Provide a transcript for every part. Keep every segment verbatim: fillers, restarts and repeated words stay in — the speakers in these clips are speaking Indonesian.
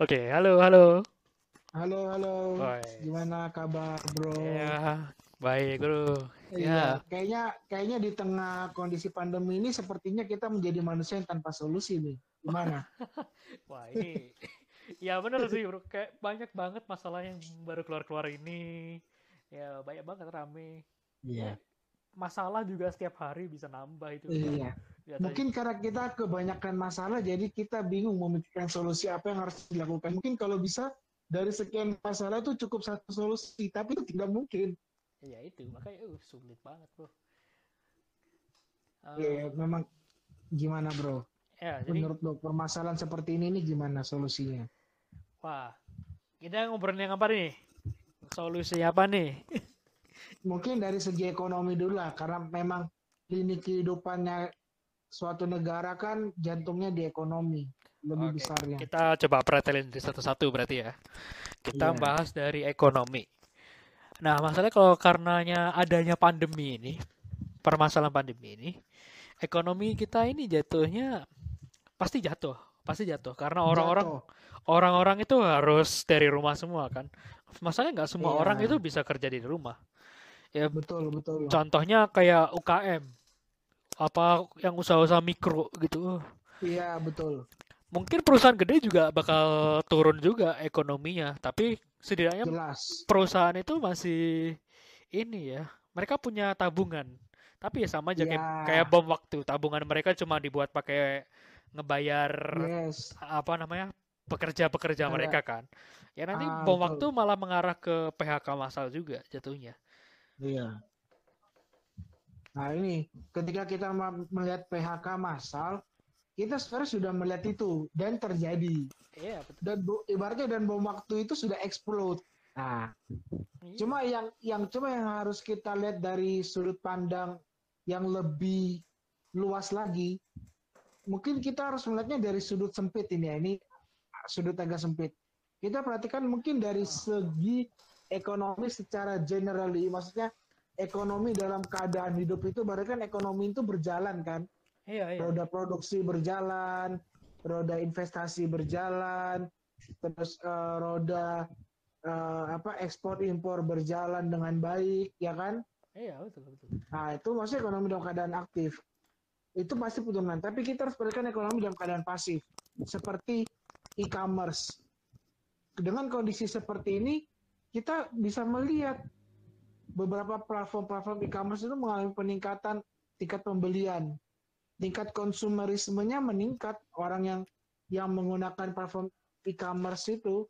Oke, halo, halo. Halo, halo. Woi, Gimana kabar, bro? ya, baik, bro. Iya, Ya, kayaknya kayaknya di tengah kondisi pandemi ini sepertinya kita menjadi manusia yang tanpa solusi nih. Gimana? wah ini, ya bener sih, bro. Kayak banyak banget masalah yang baru keluar-keluar ini. Ya, banyak banget rame. Ya, Iya. masalah juga setiap hari bisa nambah itu. Iya. Lihat aja. Mungkin karena kita kebanyakan masalah, jadi kita bingung memikirkan solusi apa yang harus dilakukan. Mungkin kalau bisa dari sekian masalah itu cukup satu solusi, tapi itu tidak mungkin. Ya itu, makanya uh, sulit banget, bro. Iya, Eh, memang gimana, bro? ya, jadi, Menurut lo permasalahan seperti ini nih gimana solusinya? wah, kita ngobrolin yang apa nih? Solusi apa nih? Mungkin dari segi ekonomi dulu lah, karena memang lini kehidupannya suatu negara kan jantungnya di ekonomi lebih Oke, besarnya. kita coba pretelin di satu-satu berarti ya. Kita Iya, bahas dari ekonomi. Nah, masalahnya kalau karenanya adanya pandemi ini, permasalahan pandemi ini, ekonomi kita ini jatuhnya pasti jatuh, pasti jatuh karena orang-orang jatuh. orang-orang itu harus dari rumah semua kan. Masalahnya nggak semua orang itu Iya, bisa kerja di rumah. Ya betul betul. contohnya kayak U K M, apa yang usaha-usaha mikro gitu. Iya, betul. Mungkin perusahaan gede juga bakal turun juga ekonominya, tapi setidaknya Jelas. perusahaan itu masih ini ya, mereka punya tabungan. Tapi ya sama aja kayak kayak Ya, bom waktu. Tabungan mereka cuma dibuat pakai ngebayar yes. apa namanya pekerja-pekerja mereka Ada. kan. Ya nanti Ah, bom waktu betul. malah mengarah ke P H K massal juga jatuhnya. Iya. Nah, ini ketika kita melihat P H K massal, kita sebenarnya sudah melihat itu dan terjadi. Iya betul. Dan ibaratnya dan bom waktu itu sudah explode. Nah, Iya. cuma yang yang cuma yang harus kita lihat dari sudut pandang yang lebih luas lagi, mungkin kita harus melihatnya dari sudut sempit ini ya. Ini sudut agak sempit. Kita perhatikan mungkin dari segi ekonomi secara generally, maksudnya ekonomi dalam keadaan hidup itu berarti kan ekonomi itu berjalan kan, Iya iya roda iya. produksi berjalan, roda investasi berjalan, terus uh, roda uh, apa ekspor impor berjalan dengan baik, ya kan? Iya betul betul. Nah, itu maksudnya ekonomi dalam keadaan aktif. Itu pasti penurunan. Tapi kita harus perhatikan ekonomi dalam keadaan pasif. Seperti e-commerce. Dengan kondisi seperti ini, kita bisa melihat beberapa platform-platform e-commerce itu mengalami peningkatan tingkat pembelian. Tingkat konsumerismenya meningkat. Orang yang yang menggunakan platform e-commerce itu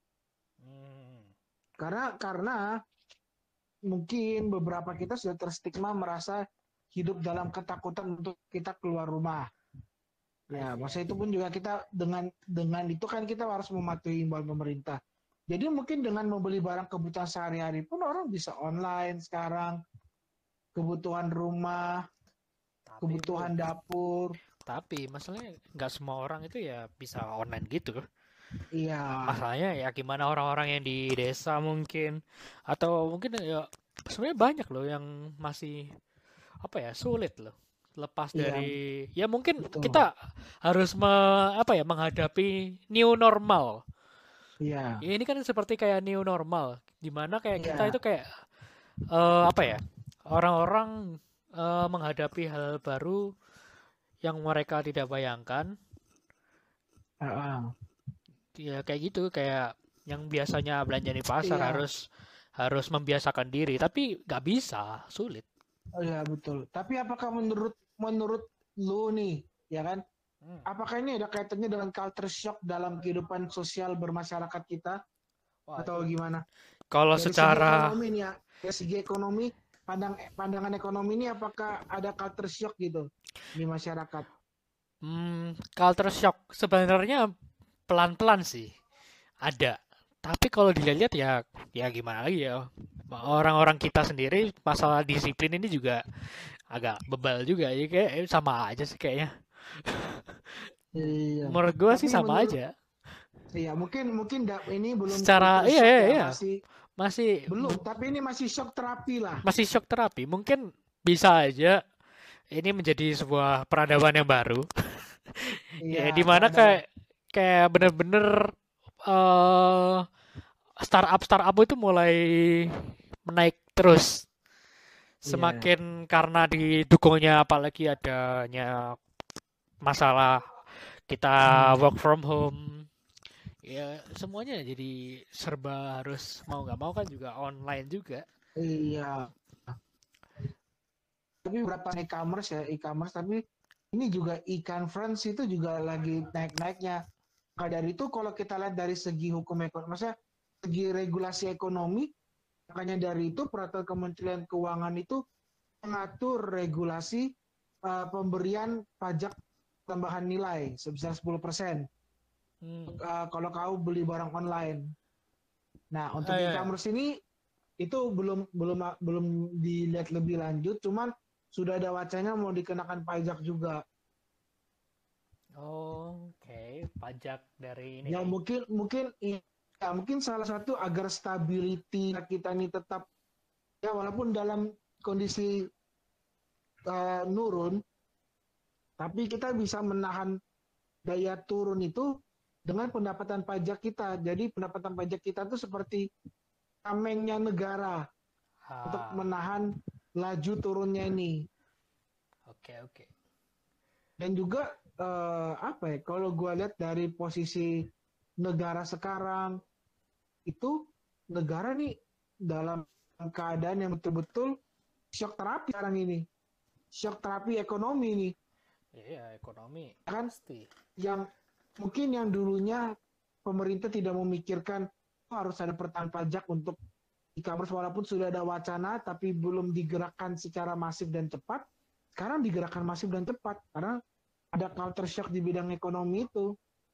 Hmm. karena karena mungkin beberapa kita sudah terstigma merasa hidup dalam ketakutan untuk kita keluar rumah. I Ya, see I masa itu see. pun juga kita dengan dengan itu kan kita harus mematuhi imbauan pemerintah. Jadi mungkin dengan membeli barang kebutuhan sehari-hari pun orang bisa online sekarang, kebutuhan rumah, Tapi bro, kebutuhan dapur. tapi masalahnya nggak semua orang itu ya bisa online gitu. Iya, Masalahnya ya gimana orang-orang yang di desa mungkin atau mungkin ya sebenarnya banyak loh yang masih apa ya sulit loh lepas iya, dari ya mungkin betul. kita harus me, apa ya menghadapi new normal. Iya, Ya, ini kan seperti kayak new normal di mana kayak kita iya, itu kayak eh, apa ya orang-orang eh, menghadapi hal baru yang mereka tidak bayangkan. uh, Ya kayak gitu, kayak yang biasanya belanja di pasar iya, harus harus membiasakan diri, tapi nggak bisa, sulit. oh, iya betul. Tapi apakah menurut menurut lu nih, ya kan? Hmm. Apakah ini ada kaitannya dengan culture shock dalam kehidupan sosial bermasyarakat kita Wah atau itu. gimana? Kalau Dari segi secara ekonomi nih ya, dari segi ekonomi, pandang pandangan ekonomi ini apakah ada culture shock gitu di masyarakat? hmm, culture shock sebenarnya pelan-pelan sih ada. Tapi kalau dilihat ya ya gimana lagi ya. Orang-orang kita sendiri masalah disiplin ini juga agak bebal juga ya kayak eh, sama aja sih kayaknya. Iya. Menurut gua sih Tapi sama menurut, aja. iya mungkin mungkin da- ini belum Secara culture iya shock iya ya, iya masih masih belum. Tapi ini masih shock terapi lah. masih shock terapi. Mungkin bisa aja ini menjadi sebuah peradaban yang baru. Iya, Ya, di mana peradaban. kayak kayak bener-bener eh startup startup itu mulai menaik terus. Iya. Semakin karena didukungnya apalagi adanya masalah kita Hmm. work from home, ya semuanya jadi serba harus mau nggak mau kan juga online juga. Iya. Tapi berapa e-commerce ya e-commerce tapi ini juga e-conference itu juga lagi naik-naiknya. Maka dari itu kalau kita lihat dari segi hukum ekonomi, maksudnya segi regulasi ekonomi, makanya dari itu peraturan Kementerian Keuangan itu mengatur regulasi uh, pemberian pajak tambahan nilai sebesar sepuluh persen Hmm. uh, kalau kau beli barang online. Nah, Ah, untuk ya, ya. e-commerce ini itu belum belum belum dilihat lebih lanjut, cuman sudah ada wacana mau dikenakan pajak juga. Oh, oke, pajak dari ini Ya nih. mungkin mungkin ya mungkin salah satu agar stability kita ini tetap ya walaupun dalam kondisi uh, nurun, tapi kita bisa menahan daya turun itu dengan pendapatan pajak kita. Jadi pendapatan pajak kita itu seperti tamengnya negara untuk Ah, menahan laju turunnya ini. oke, oke. Dan juga eh, apa ya? Kalau gue lihat dari posisi negara sekarang itu negara nih dalam keadaan yang betul-betul shock terapi sekarang ini, shock terapi ekonomi nih, Iya, ekonomi kan? pasti. Yang mungkin yang dulunya pemerintah tidak memikirkan oh, harus ada pertahanan pajak untuk e-commerce walaupun sudah ada wacana tapi belum digerakkan secara masif dan cepat. Sekarang digerakkan masif dan cepat karena ada culture shock di bidang ekonomi itu.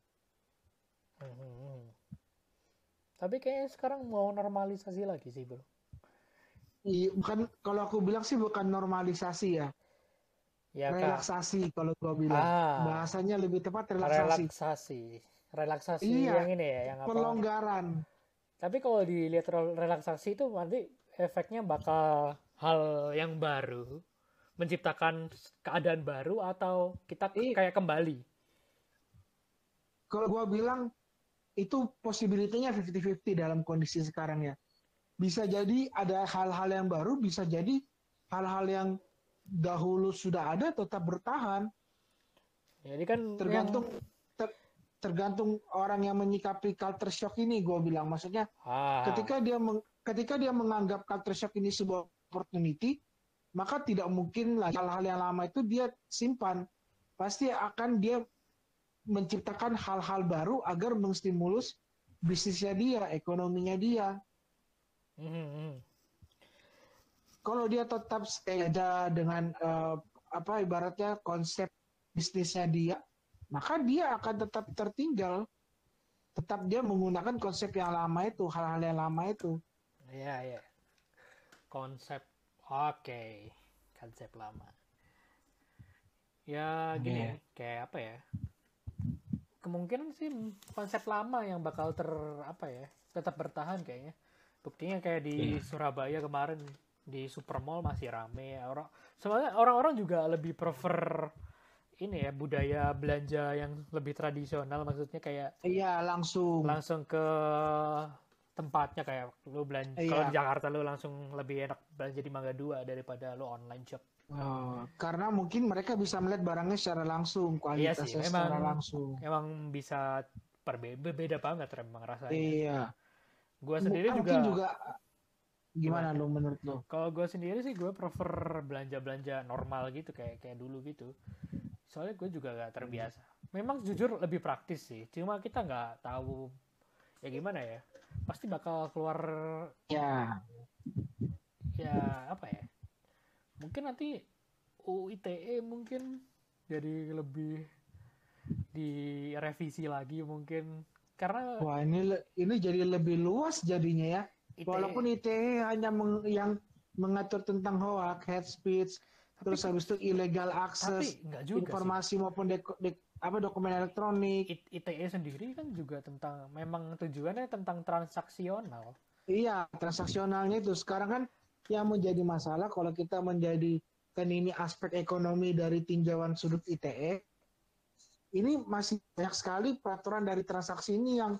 Hmm, hmm, hmm. Tapi kayaknya sekarang mau normalisasi lagi sih, bro. Bukan kalau aku bilang sih bukan normalisasi ya, Ya, Kak. relaksasi kalau gua bilang. Ah, Bahasanya lebih tepat relaksasi. relaksasi. Relaksasi Iya, yang ini ya, yang apa? pelonggaran. Tapi kalau dilihat relaksasi itu nanti efeknya bakal hal yang baru, menciptakan keadaan baru atau kita Ini kayak kembali. kalau gua bilang itu possibility-nya lima puluh lima puluh dalam kondisi sekarang ya. Bisa jadi ada hal-hal yang baru, bisa jadi hal-hal yang dahulu sudah ada tetap bertahan. Jadi kan yang Tergantung ter, tergantung orang yang menyikapi culture shock ini, gue bilang. Maksudnya ah, ketika dia meng, ketika dia menganggap culture shock ini sebuah opportunity, maka tidak mungkin lagi hal-hal yang lama itu dia simpan. Pasti akan dia menciptakan hal-hal baru agar menstimulus bisnisnya dia, ekonominya dia. hmm, hmm, hmm. Kalau dia tetap stay aja dengan uh, apa ibaratnya konsep bisnisnya dia, maka dia akan tetap tertinggal. Tetap dia menggunakan konsep yang lama itu, hal-hal yang lama itu. Ya, ya, konsep, oke, konsep lama. Ya Yeah. gini, kayak apa ya? Kemungkinan sih konsep lama yang bakal ter apa ya, tetap bertahan kayaknya. Buktinya kayak di Yeah. Surabaya kemarin di Supermall masih rame orang. Sebenarnya orang-orang juga lebih prefer ini ya budaya belanja yang lebih tradisional, maksudnya kayak Iya langsung. langsung ke tempatnya kayak lu belanja kalau di Iya. Jakarta lu langsung lebih enak belanja di Mangga Dua daripada lu online shop. Oh, karena mungkin mereka bisa melihat barangnya secara langsung, Iya sih, kualitasnya memang secara langsung. memang bisa berbeda beda banget memang rasanya. Iya. Gua sendiri Mungkin juga juga gimana? gimana lo menurut lo? Kalau gue sendiri sih gue prefer belanja-belanja normal gitu kayak kayak dulu gitu. Soalnya gue juga gak terbiasa. Memang jujur lebih praktis sih. Cuma kita nggak tahu ya gimana ya. Pasti bakal keluar Ya, ya apa ya. Mungkin nanti U U I T E mungkin jadi lebih direvisi lagi mungkin karena wah ini ini jadi lebih luas jadinya ya. Walaupun I T E I T E hanya meng, yang mengatur tentang hoax, hate speech, tapi terus habis itu illegal tapi access nggak juga sih. informasi maupun dek, dek, apa dokumen elektronik. I T E sendiri kan juga tentang memang tujuannya tentang transaksional. Iya, transaksionalnya itu sekarang kan yang menjadi masalah kalau kita menjadi kan ini aspek ekonomi dari tinjauan sudut I T E, ini masih banyak sekali peraturan dari transaksi ini yang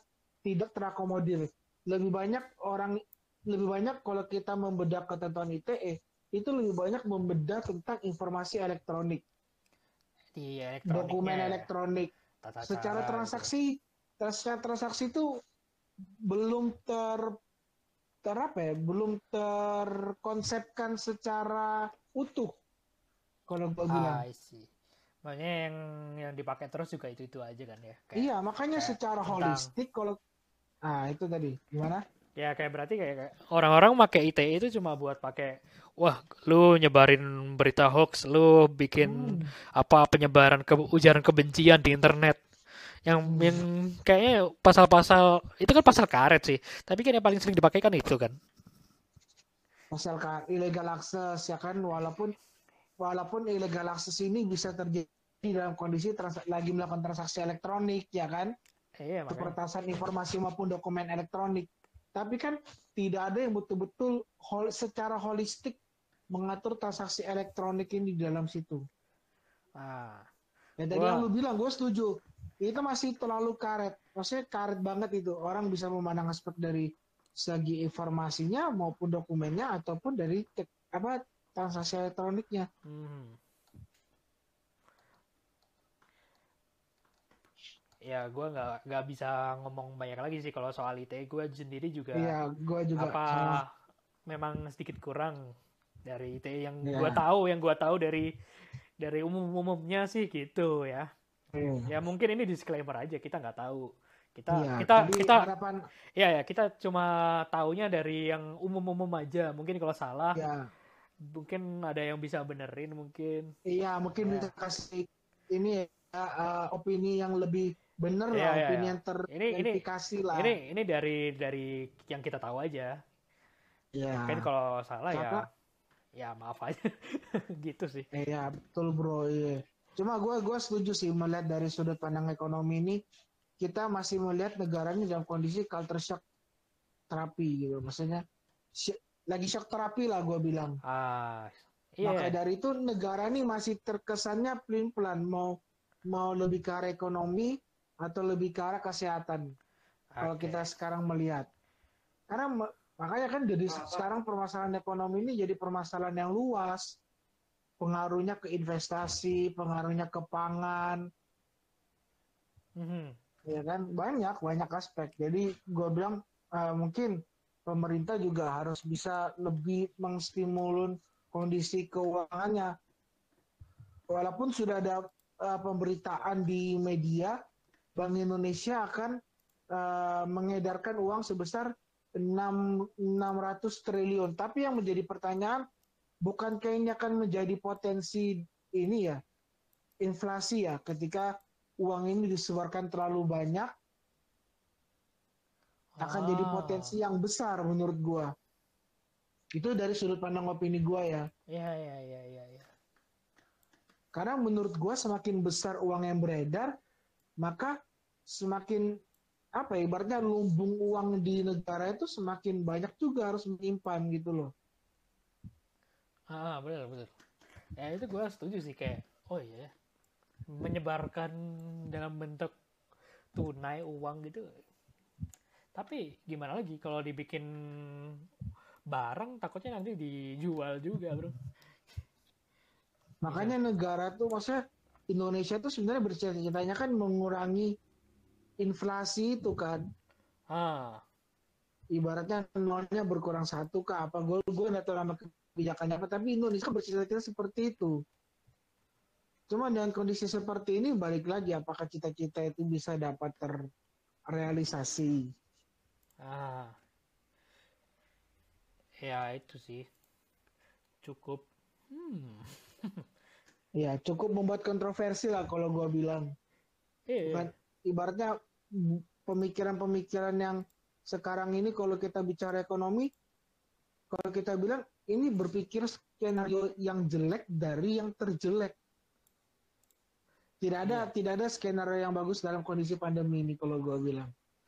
tidak terakomodir. Lebih banyak orang, lebih banyak kalau kita membedah ketentuan I T E, itu lebih banyak membedah tentang informasi elektronik, Di elektroniknya dokumen ya, elektronik. tata Secara cara gitu. transaksi, secara transaksi itu belum ter, ter apa ya, belum terkonsepkan secara utuh. Kalau gue Ah, bilang. I see. Makanya yang yang dipakai terus juga itu itu aja kan ya, kayak Iya, makanya kayak secara tentang holistik kalau ah itu tadi gimana? ya kayak berarti kayak, kayak orang-orang pakai I T E itu cuma buat pakai wah lu nyebarin berita hoax, lu bikin Hmm, apa penyebaran ke ujaran kebencian di internet. Yang yang hmm. kayaknya pasal-pasal itu kan pasal karet sih. Tapi kan yang paling sering dipakai kan itu kan. Pasal illegal access ya kan, walaupun walaupun illegal access ini bisa terjadi dalam kondisi trans, lagi melakukan transaksi elektronik ya kan, Eh, iya makanya. pertasan informasi maupun dokumen elektronik. Tapi kan tidak ada yang betul-betul hol, secara holistik mengatur transaksi elektronik ini di dalam situ. Ah, Ya tadi yang lu gua bilang gue setuju. Itu masih terlalu karet. Maksudnya karet banget itu. Orang bisa memandang aspek dari segi informasinya maupun dokumennya ataupun dari tek, apa transaksi elektroniknya. hmm, ya gua nggak nggak bisa ngomong banyak lagi sih kalau soal I T E. Gue sendiri juga Iya, gue juga apa sama. memang sedikit kurang dari I T E yang gua Iya. tahu, yang gua tahu dari dari umum-umumnya sih gitu ya. Iya. Ya mungkin ini disclaimer aja, kita nggak tahu. Kita Iya. kita Jadi kita harapan ya ya kita cuma taunya dari yang umum-umum aja. Mungkin kalau salah, ya, mungkin ada yang bisa benerin mungkin. iya mungkin bisa Ya. kasih ini ya uh, opini yang lebih benar Ya lah, ya opini ya. yang Ini ini terverifikasi lah. ini ini dari dari yang kita tahu aja. Mungkin Ya. kalau salah ya Karena ya maaf aja gitu sih. iya betul bro, iya. Cuma gue gue setuju sih melihat dari sudut pandang ekonomi ini kita masih melihat negara ini dalam kondisi culture shock terapi gitu. Maksudnya sh- lagi shock terapi lah gue bilang. Ah, Maka iya. dari itu negara ini masih terkesannya pelin-pelan mau mau lebih ke arah ekonomi atau lebih ke arah kesehatan. Kalau Oke. kita sekarang melihat, karena makanya kan jadi sekarang permasalahan ekonomi ini jadi permasalahan yang luas, pengaruhnya ke investasi, pengaruhnya ke pangan, Mhm. ya kan banyak banyak aspek. Jadi gue bilang uh, mungkin pemerintah juga harus bisa lebih mengstimulun kondisi keuangannya. Walaupun sudah ada uh, pemberitaan di media, Bank Indonesia akan uh, mengedarkan uang sebesar enam ratus triliun. Tapi yang menjadi pertanyaan, bukankah ini akan menjadi potensi ini ya, inflasi ya, ketika uang ini disebarkan terlalu banyak, akan jadi Ah. potensi yang besar menurut gua. Itu dari sudut pandang opini gua ya. Iya iya iya iya iya. Karena menurut gua semakin besar uang yang beredar, maka semakin apa ya, ibaratnya lumbung uang di negara itu semakin banyak juga harus menyimpan gitu loh. Ah, benar benar. Ya itu gue setuju sih kayak oh iya ya, menyebarkan dalam bentuk tunai uang gitu. Tapi gimana lagi kalau dibikin barang takutnya nanti dijual juga, Bro. Bisa. Makanya negara tuh maksudnya Indonesia tuh sebenarnya bercita-citanya kan mengurangi inflasi itu kan. Ah, Ibaratnya nolnya berkurang satu kah apa, gue gue nggak tahu nama kebijakannya apa, tapi Indonesia bercita-cita seperti itu. Cuma dengan kondisi seperti ini balik lagi apakah cita-cita itu bisa dapat terrealisasi. ah, ya itu sih cukup. Hmm. Ya cukup membuat kontroversi lah kalau gue bilang. Iya, Bukan iya. ibaratnya pemikiran-pemikiran yang sekarang ini kalau kita bicara ekonomi, kalau kita bilang ini berpikir skenario yang jelek dari yang terjelek. Tidak ada Iya. tidak ada skenario yang bagus dalam kondisi pandemi ini kalau gue bilang.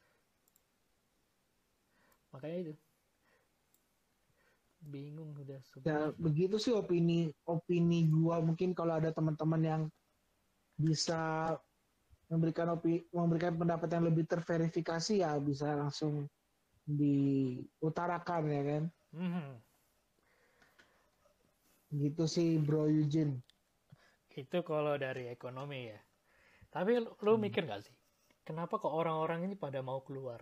Makanya itu bingung udah Ya semua. begitu sih opini opini gue. Mungkin kalau ada teman-teman yang bisa memberikan opi, memberikan pendapat yang lebih terverifikasi ya bisa langsung diutarakan ya kan. Hmm, Gitu sih Bro Eugene. itu kalau dari ekonomi ya. Tapi lu, lu Hmm. mikir gak sih, kenapa kok orang-orang ini pada mau keluar?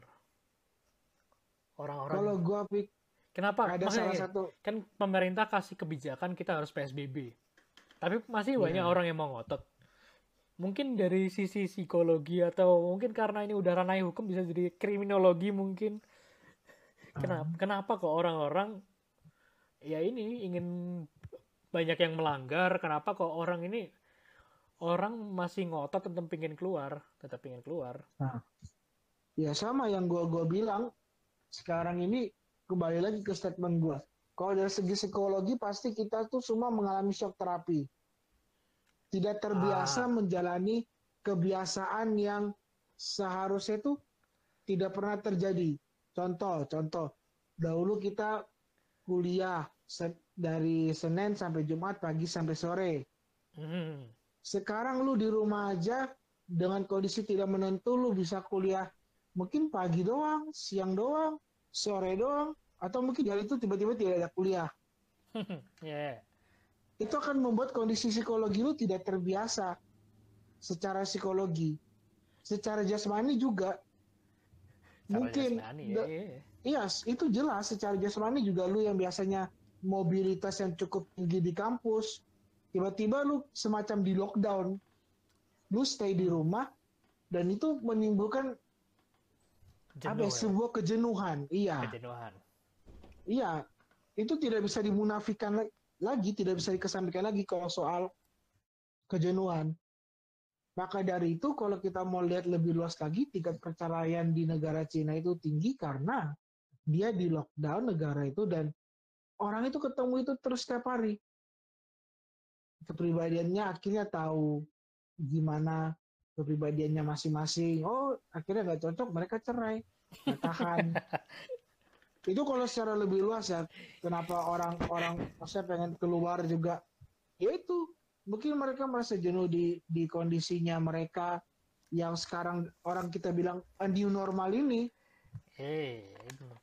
Orang-orang, Kalau gua pikir kenapa? ada Maksudnya salah gini, satu, kan pemerintah kasih kebijakan kita harus P S B B. Tapi masih banyak ya, orang yang mau ngotot. Mungkin dari sisi psikologi atau mungkin karena ini udah ranah hukum bisa jadi kriminologi mungkin. Kenapa, uh, kenapa kok orang-orang ya ini ingin banyak yang melanggar? Kenapa kok orang ini orang masih ngotot tetap pingin keluar, tetap pingin keluar? nah, ya sama yang gua gua bilang sekarang ini kembali lagi ke statement gua. Kalau dari segi psikologi pasti kita tuh semua mengalami shock terapi. Tidak terbiasa Ah, menjalani kebiasaan yang seharusnya itu tidak pernah terjadi. Contoh, contoh. Dahulu kita kuliah dari Senin sampai Jumat pagi sampai sore. hmm, Sekarang lu di rumah aja dengan kondisi tidak menentu lu bisa kuliah mungkin pagi doang, siang doang, sore doang, atau mungkin hari itu tiba-tiba tidak ada kuliah. ya, yeah. Itu akan membuat kondisi psikologi lu tidak terbiasa secara psikologi. Secara jasmani juga Cara mungkin jasmani ya, the, yeah, yeah. iya itu jelas secara jasmani juga lu yang biasanya mobilitas yang cukup tinggi di kampus tiba-tiba lu semacam di lockdown, lu stay di Hmm, rumah dan itu menimbulkan apa ya, jenuh ya, sebuah kejenuhan. Iya, kejenuhan. iya, itu tidak bisa dimunafikan lagi, tidak bisa dikesampingkan lagi kalau soal kejenuhan. Maka dari itu kalau kita mau lihat lebih luas lagi, tingkat perceraian di negara Cina itu tinggi karena dia di lockdown negara itu dan orang itu ketemu itu terus setiap hari. Kepribadiannya akhirnya tahu gimana kepribadiannya masing-masing. Oh, akhirnya nggak cocok, mereka cerai, nggak tahan. Itu kalau secara lebih luas ya, kenapa orang-orang maksudnya pengen keluar juga, ya itu mungkin mereka merasa jenuh di di kondisinya mereka yang sekarang orang kita bilang a new normal ini. Eh,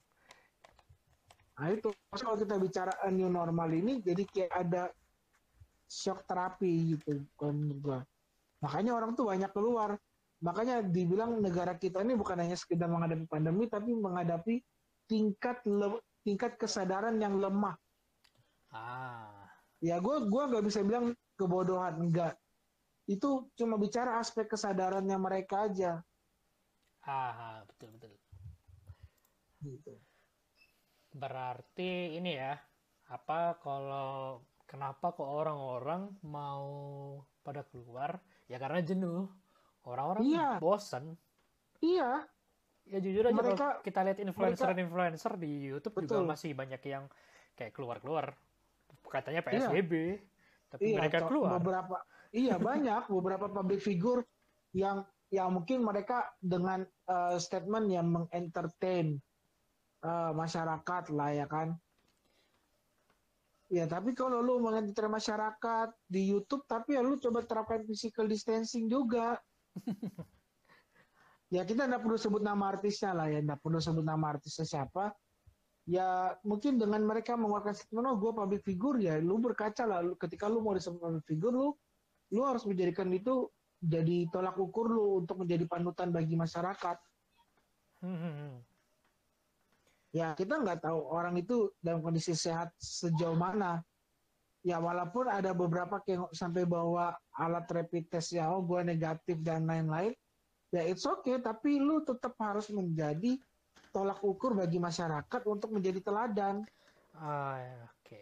Nah itu maksudnya kalau kita bicara a new normal ini jadi kayak ada shock terapi gitu kalau menurut gua. Makanya orang tuh banyak keluar. Makanya dibilang negara kita ini bukan hanya sekedar menghadapi pandemi tapi menghadapi tingkat le- tingkat kesadaran yang lemah. ah, Ya gue gua nggak bisa bilang kebodohan, enggak. Itu cuma bicara aspek kesadarannya mereka aja. ah, betul betul. Gitu. Berarti ini ya, apa kalau kenapa kok orang-orang mau pada keluar? Ya karena jenuh. Orang-orang Iya, bosen. iya. Ya jujur aja kalau Mereka, kita lihat mereka influencer-influencer di YouTube juga betul. masih banyak yang kayak keluar-keluar. Katanya Iya, P S B B, tapi iya. mereka keluar. Beberapa, iya banyak beberapa public figure yang yang mungkin mereka dengan uh, statement yang mengentertain uh, masyarakat lah ya kan. Ya tapi kalau lu mengentertain masyarakat di YouTube, tapi ya lu coba terapkan physical distancing juga. Ya kita nggak perlu sebut nama artisnya lah ya, nggak perlu sebut nama artisnya siapa. Ya mungkin dengan mereka mengeluarkan statement, oh gue public figure ya, lu berkaca lah. Ketika lu mau disebut public figure, lu lu harus menjadikan itu jadi tolak ukur lu untuk menjadi panutan bagi masyarakat. Hmm, hmm, hmm. Ya kita nggak tahu orang itu dalam kondisi sehat sejauh mana. Ya walaupun ada beberapa yang sampai bawa alat rapid test ya, oh gue negatif dan lain-lain. Ya it's okay, tapi lu tetap harus menjadi tolak ukur bagi masyarakat untuk menjadi teladan. Ah, ya, oke.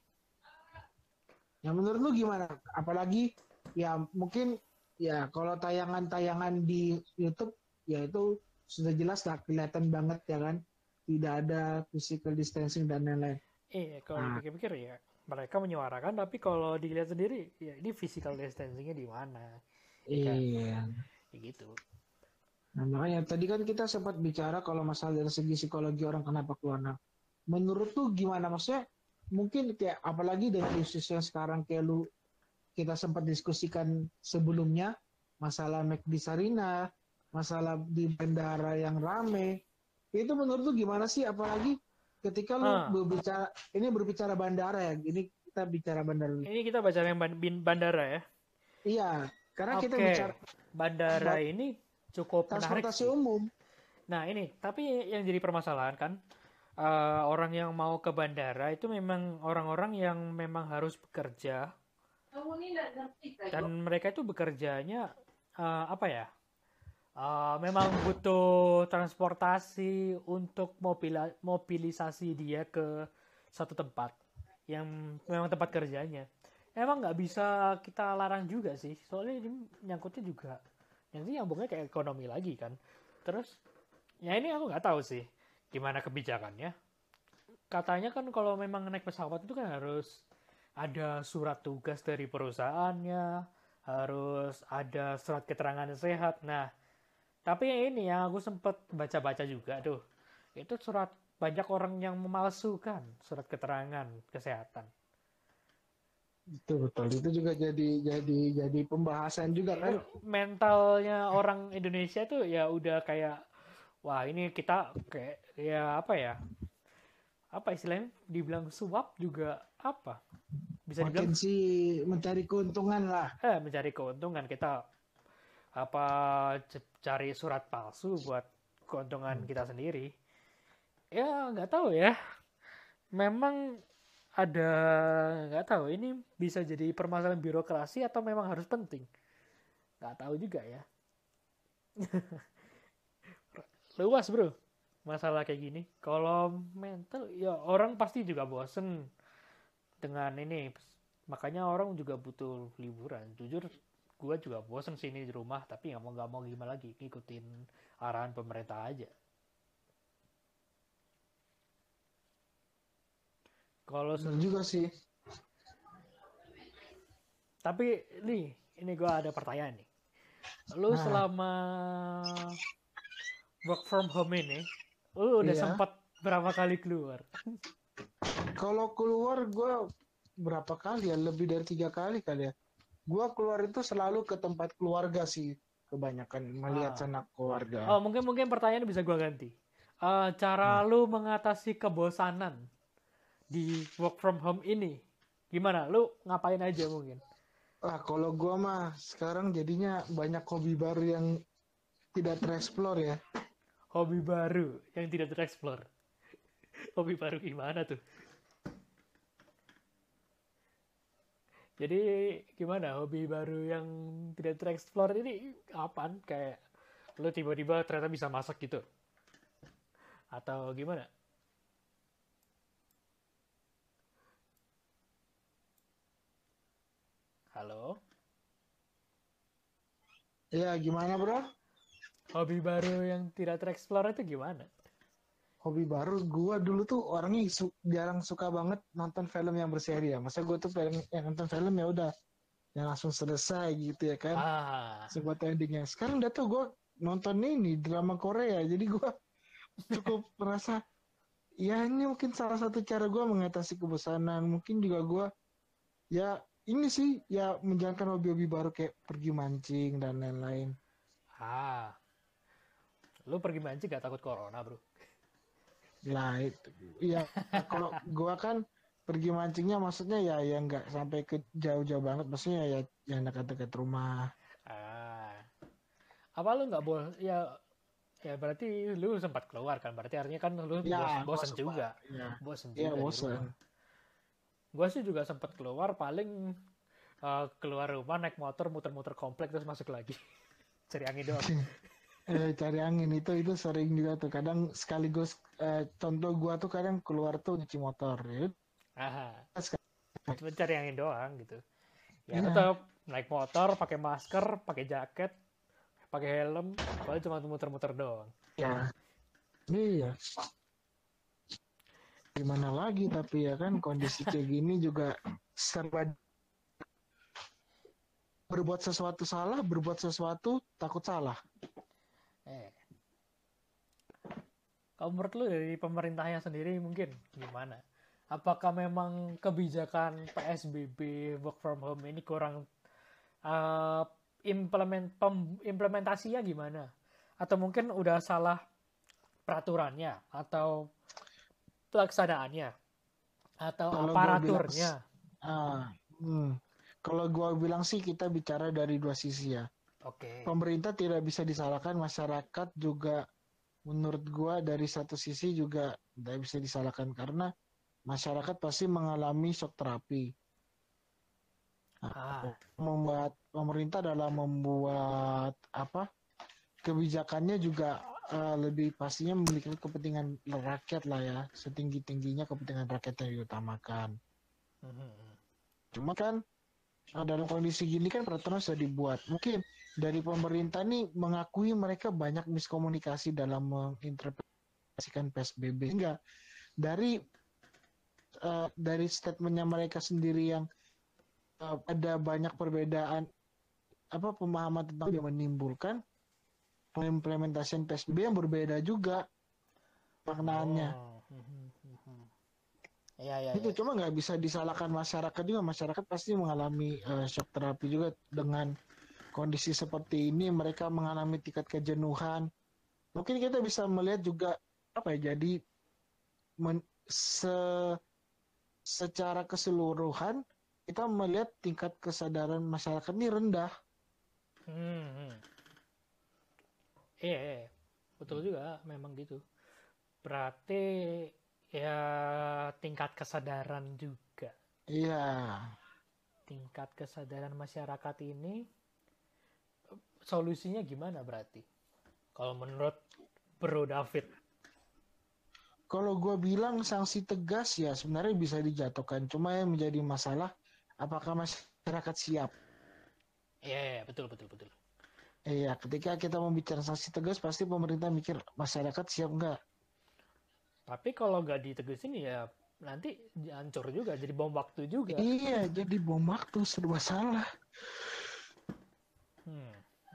Ya menurut lu gimana? Apalagi ya mungkin ya kalau tayangan-tayangan di YouTube ya itu sudah jelas lah kelihatan banget ya kan. Tidak ada physical distancing dan lain-lain. Eh, kalau Nah, dipikir-pikir ya, mereka menyuarakan, tapi kalau dilihat sendiri, ya ini physical distancingnya di mana? Ya kan, iya. ya gitu. Nah, makanya tadi kan kita sempat bicara kalau masalah dari segi psikologi orang kenapa keluar. Nah, menurut tuh gimana? Maksudnya mungkin kayak apalagi dengan isu yang sekarang kayak lu kita sempat diskusikan sebelumnya masalah McD Sarina, masalah di bandara yang rame. Itu menurut lu gimana sih? Apalagi ketika lu Ah, berbicara, ini berbicara bandara ya, ini kita bicara bandara dulu. ini kita baca yang ban- bin- bandara ya. Iya, karena kita bicara Oke, bandara ba- ini cukup menarik transportasi sih. umum. Nah ini, tapi yang jadi permasalahan kan, eh, orang yang mau ke bandara itu memang orang-orang yang memang harus bekerja dan mereka itu bekerjanya eh, apa ya? Eh, memang butuh transportasi untuk mobila- mobilisasi dia ke satu tempat yang memang tempat kerjanya. Emang nggak bisa kita larang juga sih, soalnya ini nyangkutnya juga, nanti nyambungnya kayak ekonomi lagi kan. Terus, ya ini aku nggak tahu sih gimana kebijakannya. Katanya kan kalau memang naik pesawat itu kan harus ada surat tugas dari perusahaannya, harus ada surat keterangan sehat. Nah, tapi ini yang aku sempat baca-baca juga tuh, itu surat banyak orang yang memalsukan surat keterangan kesehatan. Betul betul. Itu juga jadi jadi jadi pembahasan juga Itu kan. mentalnya orang Indonesia tuh ya udah kayak, wah ini kita kayak ya apa ya, apa istilahnya dibilang suap juga apa, bisa dibilang Potensi mencari keuntungan lah. eh mencari keuntungan kita, apa cari surat palsu buat keuntungan kita sendiri. Ya nggak tahu ya, memang ada, nggak tahu ini bisa jadi permasalahan birokrasi atau memang harus penting, nggak tahu juga ya. Luas bro masalah kayak gini. Kalau mental ya orang pasti juga bosen dengan ini, makanya orang juga butuh liburan. Jujur gue juga bosen sini di rumah, tapi nggak mau nggak mau gimana lagi, ngikutin arahan pemerintah aja. Kalau Benar juga sih. tapi nih, ini gue ada pertanyaan nih. Lu Nah, selama work from home ini, lu udah iya. sempat berapa kali keluar? Kalau keluar gue berapa kali ya? Lebih dari tiga kali kali ya. Gue keluar itu selalu ke tempat keluarga sih. Kebanyakan melihat Ah. sanak keluarga. Oh, mungkin mungkin pertanyaan bisa gua ganti. Eh, cara Nah, lu mengatasi kebosanan di work from home ini gimana? Lu ngapain aja mungkin? ah, kalau gue mah sekarang jadinya banyak hobi baru yang tidak tereksplor ya. Hobi baru yang tidak tereksplor. Hobi baru gimana tuh? Jadi gimana hobi baru yang tidak tereksplor ini apaan? Kayak lu tiba-tiba ternyata bisa masak gitu? Atau gimana? Halo? Ya gimana bro? Hobi baru yang tidak tereksplor itu gimana? Hobi baru gue dulu tuh orangnya su- jarang suka banget nonton film yang berseri ya. Masa gue tuh film yang nonton film ya udah yang langsung selesai gitu ya kan. Ah, Sebuah endingnya. Sekarang udah tuh gue nonton ini drama Korea. Jadi gue cukup merasa ya ini mungkin salah satu cara gue mengatasi kebosanan. Mungkin juga gue ya ini sih ya menjalankan hobi-hobi baru kayak pergi mancing dan lain-lain. ah, lu pergi mancing gak takut corona bro? Lah itu ya kalau gue kan pergi mancingnya maksudnya ya ya nggak sampai ke jauh-jauh banget. Maksudnya ya yang dekat-dekat rumah. Ah, apa lu nggak boleh ya? Ya berarti lu sempat keluar kan? Berarti artinya kan lu Ya bos gue bosen sempat. juga, Ya bosen ya juga di bosan. rumah. Gua sih juga sempat keluar, paling eh, keluar rumah naik motor muter-muter komplek terus masuk lagi, cari angin doang. Eh, cari angin itu itu sering juga tuh kadang sekaligus eh, contoh gua tuh kadang keluar tuh nyuci motor ya Aha, udah, sekali- cuma cari angin doang gitu. Ya iya tetap naik motor, pakai masker, pakai jaket, pakai helm, paling cuma muter-muter doang. ya iya gimana lagi tapi ya kan kondisi kayak gini juga serba berbuat sesuatu salah berbuat sesuatu takut salah. Eh, kalau menurut lu dari pemerintahnya sendiri mungkin gimana? Apakah memang kebijakan P S B B work from home ini kurang eh, implement pem, implementasinya gimana? Atau mungkin udah salah peraturannya atau pelaksanaannya atau Kalau gua bilang, aparaturnya? ah, hmm, kalau gua bilang sih kita bicara dari dua sisi ya. Oke. Pemerintah tidak bisa disalahkan, masyarakat juga menurut gua dari satu sisi juga tidak bisa disalahkan karena masyarakat pasti mengalami shock terapi. Nah, Ah. membuat pemerintah dalam membuat apa kebijakannya juga uh, lebih pastinya memiliki kepentingan rakyat lah ya, setinggi tingginya kepentingan rakyat yang diutamakan. Mm-hmm. Cuma kan uh, dalam kondisi gini kan peraturan sudah dibuat. Mungkin dari pemerintah nih mengakui mereka banyak miskomunikasi dalam menginterpretasikan P S B B. Enggak, dari uh, dari statementnya mereka sendiri yang uh, ada banyak perbedaan apa pemahaman tentang yang menimbulkan pengimplementasian P S B B yang berbeda juga maknanya. Oh. Mm-hmm. Ya, ya, Itu ya. cuma nggak bisa disalahkan masyarakat juga. Masyarakat pasti mengalami uh, shock terapi juga dengan kondisi seperti ini. Mereka mengalami tingkat kejenuhan. Mungkin kita bisa melihat juga apa ya? Jadi men, se, secara keseluruhan kita melihat tingkat kesadaran masyarakat ini rendah. Hmm. Iya, iya, betul juga, memang gitu. Berarti ya tingkat kesadaran juga. Iya. Tingkat kesadaran masyarakat ini solusinya gimana berarti? Kalau menurut Bro David? Kalau gue bilang sanksi tegas ya sebenarnya bisa dijatuhkan. Cuma yang menjadi masalah apakah masyarakat siap? Iya, iya, betul, betul, betul. Iya, ketika kita membicara sanksi tegas pasti pemerintah mikir masyarakat siap nggak? Tapi kalau nggak ditegesin ya nanti hancur juga, jadi bom waktu juga. Iya, jadi bom waktu serba salah. Hmm.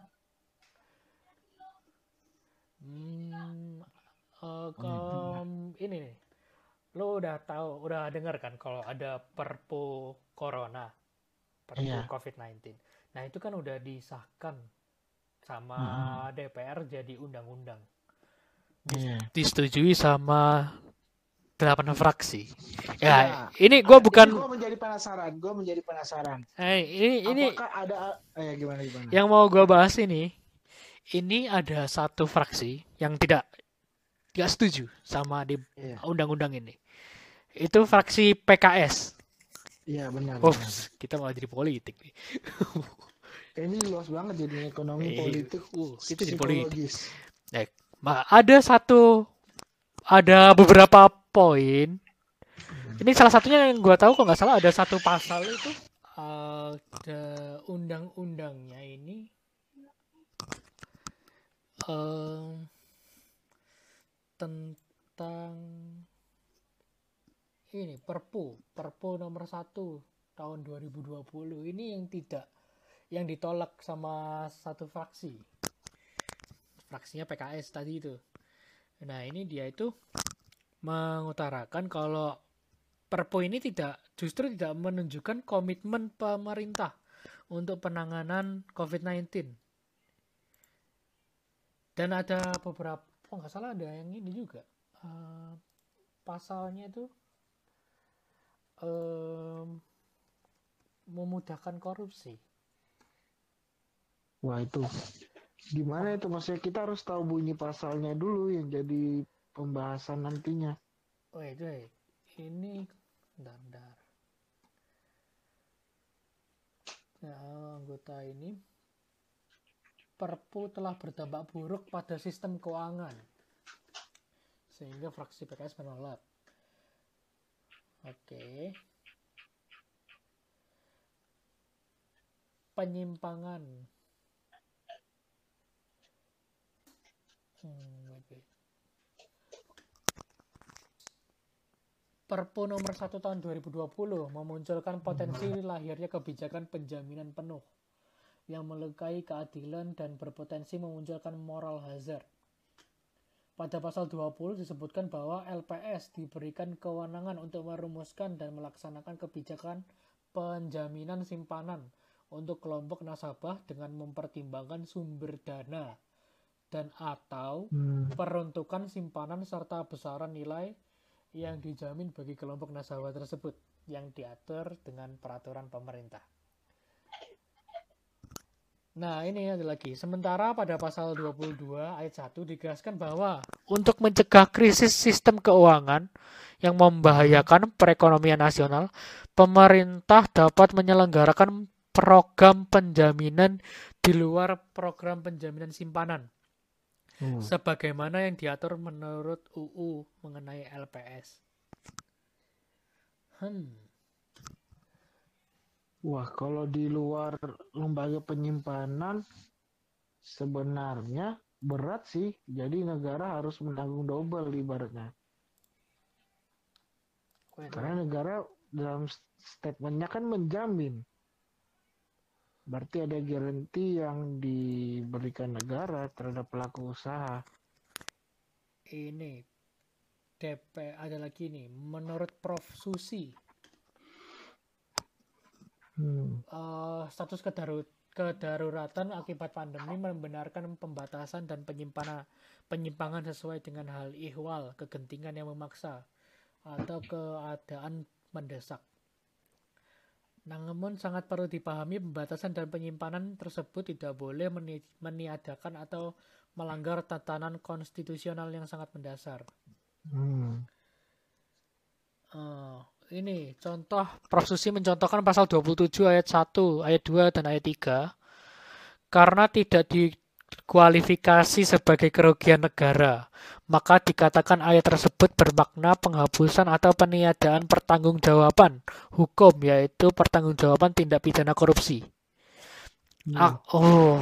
Hmm. Uh, ke, ini nih, lo udah tahu, udah dengar kan kalau ada Perpu Corona, Perpu Iya. covid sembilan belas. Nah itu kan udah disahkan sama Uh-huh. D P R jadi undang-undang. Iya. Disetujui sama delapan fraksi. Ya, Ya, ini gue bukan. Gue menjadi penasaran. Gue menjadi penasaran. Eh, ini ini. Apakah ada? Eh, gimana gimana? Yang mau gue bahas ini, ini ada satu fraksi yang tidak tidak setuju sama di Iya. undang-undang ini. Itu fraksi P K S. Iya benar. Oh, benar. kita malah jadi politik nih. Ini luas banget jadi ekonomi, eh, politik, uh, itu jadi psikologis. Politik. Eh, ada satu, ada beberapa poin. Ini salah satunya yang gue tahu kok nggak salah ada satu pasal itu uh, undang-undangnya ini uh, tentang ini Perpu, Perpu nomor satu tahun dua ribu dua puluh ini yang tidak, yang ditolak sama satu fraksi, fraksinya P K S tadi itu. Nah ini dia itu mengutarakan kalau Perpu ini tidak, justru tidak menunjukkan komitmen pemerintah untuk penanganan covid sembilan belas. Dan ada beberapa, oh nggak salah ada yang ini juga, uh, pasalnya itu um, memudahkan korupsi. Wah itu gimana itu maksudnya, kita harus tahu bunyi pasalnya dulu yang jadi pembahasan nantinya. Oh itu ini bentar, bentar. Nah, anggota ini, Perpu telah berdampak buruk pada sistem keuangan sehingga fraksi P K S menolak. Oke. Penyimpangan. Hmm, okay. Perpu nomor satu tahun dua ribu dua puluh memunculkan potensi lahirnya kebijakan penjaminan penuh yang melukai keadilan dan berpotensi memunculkan moral hazard. Pada pasal dua puluh disebutkan bahwa L P S diberikan kewenangan untuk merumuskan dan melaksanakan kebijakan penjaminan simpanan untuk kelompok nasabah dengan mempertimbangkan sumber dana dan atau Hmm. peruntukan simpanan serta besaran nilai yang dijamin bagi kelompok nasabah tersebut yang diatur dengan peraturan pemerintah. Nah, ini ada lagi. Sementara pada pasal dua puluh dua ayat satu ditegaskan bahwa untuk mencegah krisis sistem keuangan yang membahayakan perekonomian nasional, pemerintah dapat menyelenggarakan program penjaminan di luar program penjaminan simpanan, Hmm. sebagaimana yang diatur menurut U U mengenai L P S. Hmm. Wah, kalau di luar lembaga penyimpanan sebenarnya berat sih. Jadi negara harus menanggung double ibaratnya. Karena negara dalam statementnya kan menjamin. Berarti ada garansi yang diberikan negara terhadap pelaku usaha. Ini D P ada lagi nih. Menurut Prof Susi, Hmm. uh, status kedarur kedaruratan akibat pandemi membenarkan pembatasan dan penyimpanan penyimpangan sesuai dengan hal ihwal, kegentingan yang memaksa atau keadaan mendesak. Namun sangat perlu dipahami pembatasan dan penyimpanan tersebut tidak boleh meni meniadakan atau melanggar tatanan konstitusional yang sangat mendasar. Hmm. Uh, ini contoh Prof Susi mencontohkan pasal dua puluh tujuh ayat satu, ayat dua dan ayat tiga karena tidak dikualifikasi sebagai kerugian negara, maka dikatakan ayat tersebut bermakna penghapusan atau peniadaan pertanggungjawaban hukum, yaitu pertanggungjawaban tindak pidana korupsi. Hmm. Ah, oh.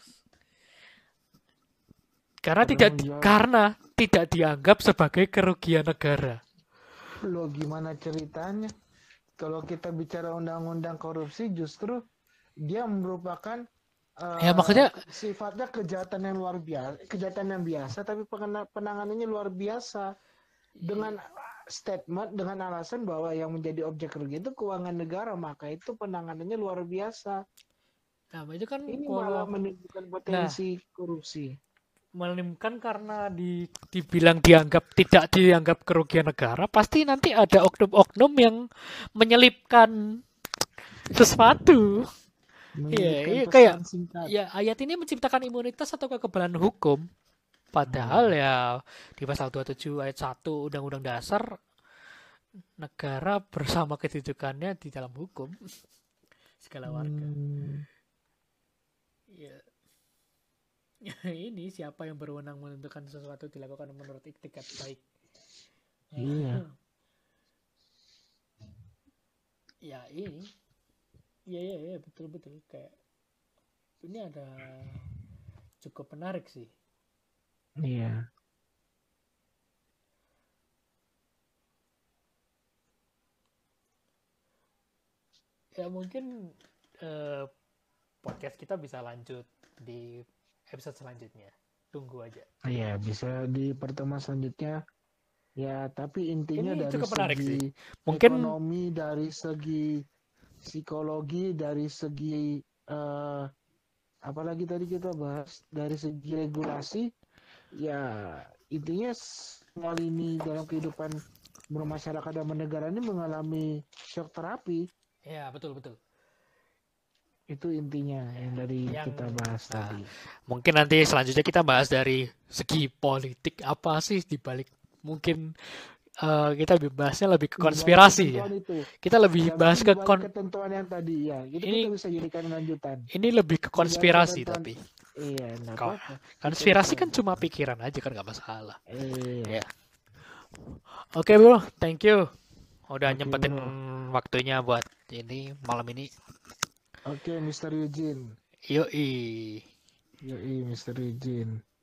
Karena tidak karena tidak dianggap sebagai kerugian negara. Loh, gimana ceritanya? Kalau kita bicara undang-undang korupsi, justru dia merupakan uh, ya maksudnya sifatnya kejahatan yang luar biasa, kejahatan yang biasa, tapi penanganannya luar biasa dengan statement dengan alasan bahwa yang menjadi objek kerugian itu keuangan negara, maka itu penanganannya luar biasa. Nah, itu kan ini kalau, malah menimbulkan potensi nah, korupsi. Menimbulkan karena di, dibilang dianggap tidak dianggap kerugian negara, pasti nanti ada oknum-oknum yang menyelipkan sesuatu. Iya, iya kayak singkat. Ya ayat ini menciptakan imunitas atau kekebalan hukum. Padahal hmm. ya di pasal dua puluh tujuh ayat satu Undang-Undang Dasar negara bersama kedudukannya di dalam hukum segala warga. Hmm. Ya. Ini siapa yang berwenang menentukan sesuatu dilakukan menurut itikat baik. Iya. Ya ini. Iya iya iya betul betul kayak ini ada cukup menarik sih. Iya. Ya mungkin eh, podcast kita bisa lanjut di episode selanjutnya. Tunggu aja. Iya, bisa di pertemuan selanjutnya. Ya, tapi intinya ini dari segi sih. Mungkin ekonomi, dari segi psikologi, dari segi uh, apalagi tadi kita bahas dari segi regulasi, ya intinya semua ini dalam kehidupan bermasyarakat dan bernegara ini mengalami shock terapi. Ya, betul betul. Itu intinya yang dari yang, kita bahas nah, tadi. Mungkin nanti selanjutnya kita bahas dari segi politik apa sih dibalik mungkin uh, kita bahasnya lebih ke konspirasi ya. Itu. Kita lebih ya, bahas ke kon- ketentuan yang tadi ya. Itu ini, kita bisa jadikan lanjutan. Ini lebih ke konspirasi tapi. Iya, Kok, konspirasi kan cuma pikiran aja kan nggak masalah. Iya. Ya. Oke, okay, bro, thank you. Udah okay, nyempetin bro. Waktunya buat ini malam ini. Oke, okay, mister Eugene. Yoi. Yoi, mister Eugene.